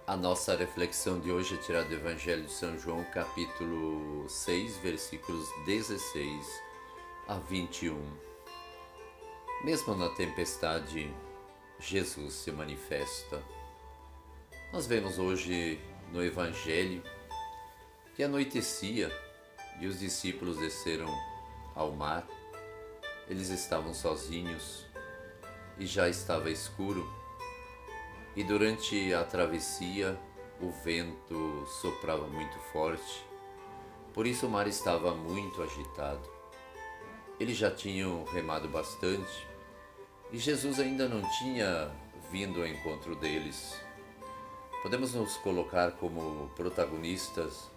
A nossa reflexão de hoje é tirada do Evangelho de São João, capítulo 6, versículos 16 a 21. Mesmo na tempestade, Jesus se manifesta. Nós vemos hoje no Evangelho que anoitecia e os discípulos desceram ao mar. Eles estavam sozinhos e já estava escuro. E durante a travessia, o vento soprava muito forte, por isso o mar estava muito agitado. Eles já tinham remado bastante e Jesus ainda não tinha vindo ao encontro deles. Podemos nos colocar como protagonistas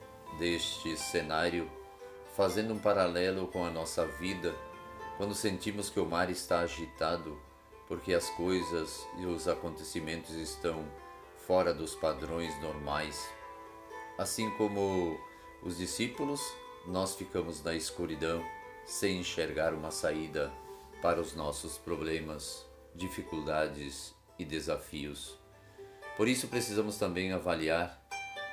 deste cenário, fazendo um paralelo com a nossa vida, quando sentimos que o mar está agitado, porque as coisas e os acontecimentos estão fora dos padrões normais. Assim como os discípulos, nós ficamos na escuridão, sem enxergar uma saída para os nossos problemas, dificuldades e desafios. Por isso precisamos também avaliar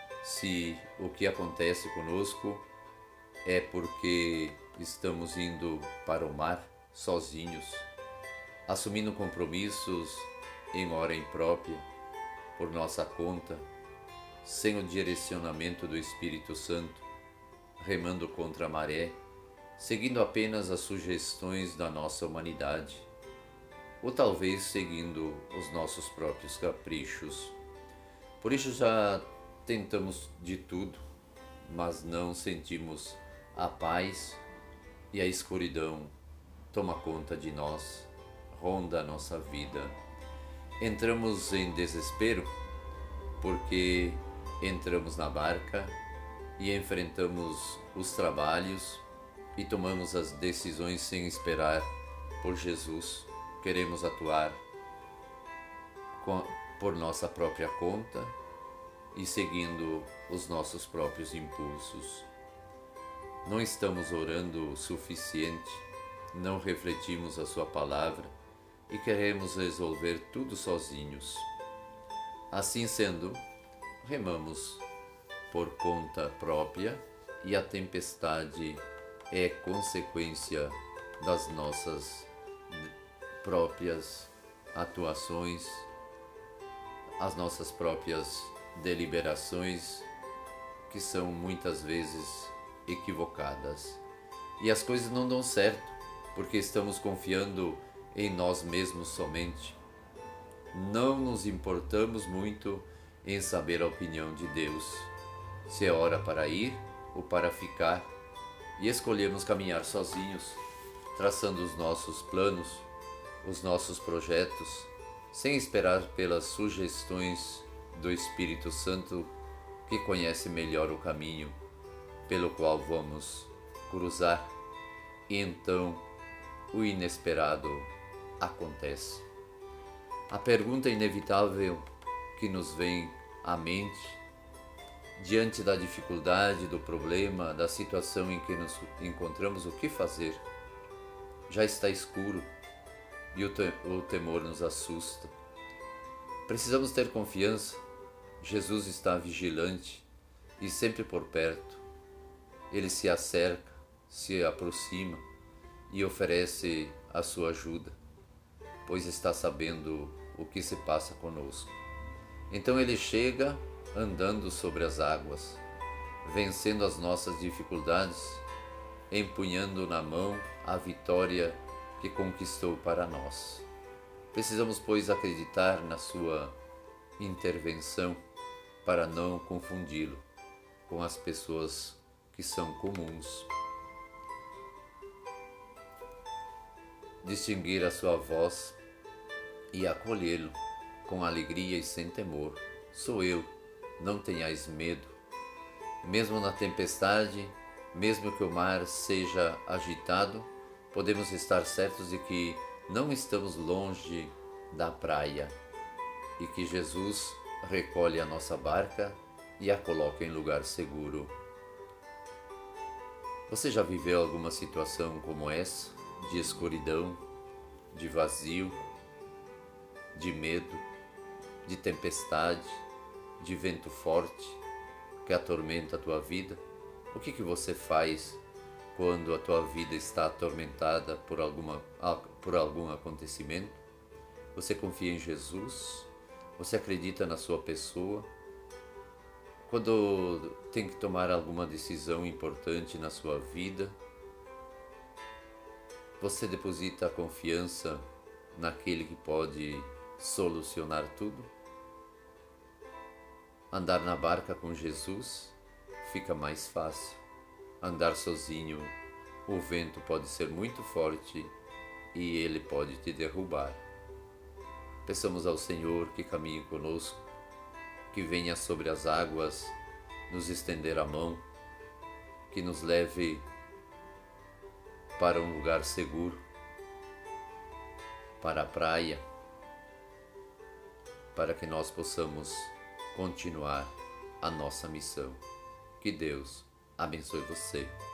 se o que acontece conosco é porque estamos indo para o mar sozinhos, assumindo compromissos em hora imprópria, por nossa conta, sem o direcionamento do Espírito Santo, remando contra a maré, seguindo apenas as sugestões da nossa humanidade, ou talvez seguindo os nossos próprios caprichos. Por isso já tentamos de tudo, mas não sentimos a paz e a escuridão toma conta de nós, ronda a nossa vida. Entramos em desespero porque entramos na barca e enfrentamos os trabalhos e tomamos as decisões sem esperar por Jesus. Queremos atuar por nossa própria conta e seguindo os nossos próprios impulsos. Não estamos orando o suficiente, não refletimos a sua palavra e queremos resolver tudo sozinhos. Assim sendo, remamos por conta própria e a tempestade é consequência das nossas próprias atuações, as nossas próprias deliberações, que são muitas vezes equivocadas. E as coisas não dão certo, porque estamos confiando em nós mesmos somente. Não nos importamos muito em saber a opinião de Deus, se é hora para ir ou para ficar, e escolhemos caminhar sozinhos, traçando os nossos planos, os nossos projetos, sem esperar pelas sugestões do Espírito Santo, que conhece melhor o caminho pelo qual vamos cruzar, e então o inesperado acontece. A pergunta inevitável que nos vem à mente, diante da dificuldade, do problema, da situação em que nos encontramos, o que fazer? Já está escuro e o temor nos assusta. Precisamos ter confiança. Jesus está vigilante e sempre por perto. Ele se acerca, se aproxima e oferece a sua ajuda, pois está sabendo o que se passa conosco. Então ele chega andando sobre as águas, vencendo as nossas dificuldades, empunhando na mão a vitória que conquistou para nós. Precisamos, pois, acreditar na sua intervenção para não confundi-lo com as pessoas que são comuns. Distinguir a sua voz e acolhê-lo com alegria e sem temor. Sou eu, não tenhais medo. Mesmo na tempestade, mesmo que o mar seja agitado, podemos estar certos de que não estamos longe da praia e que Jesus recolhe a nossa barca e a coloca em lugar seguro. Você já viveu alguma situação como essa? De escuridão, de vazio, de medo, de tempestade, de vento forte que atormenta a tua vida? O que você faz quando a tua vida está atormentada por algum acontecimento? Você confia em Jesus? Você acredita na sua pessoa? Quando tem que tomar alguma decisão importante na sua vida, você deposita a confiança naquele que pode solucionar tudo? Andar na barca com Jesus fica mais fácil. Andar sozinho, o vento pode ser muito forte e ele pode te derrubar. Peçamos ao Senhor que caminhe conosco, que venha sobre as águas nos estender a mão, que nos leve para um lugar seguro, para a praia, para que nós possamos continuar a nossa missão. Que Deus abençoe você.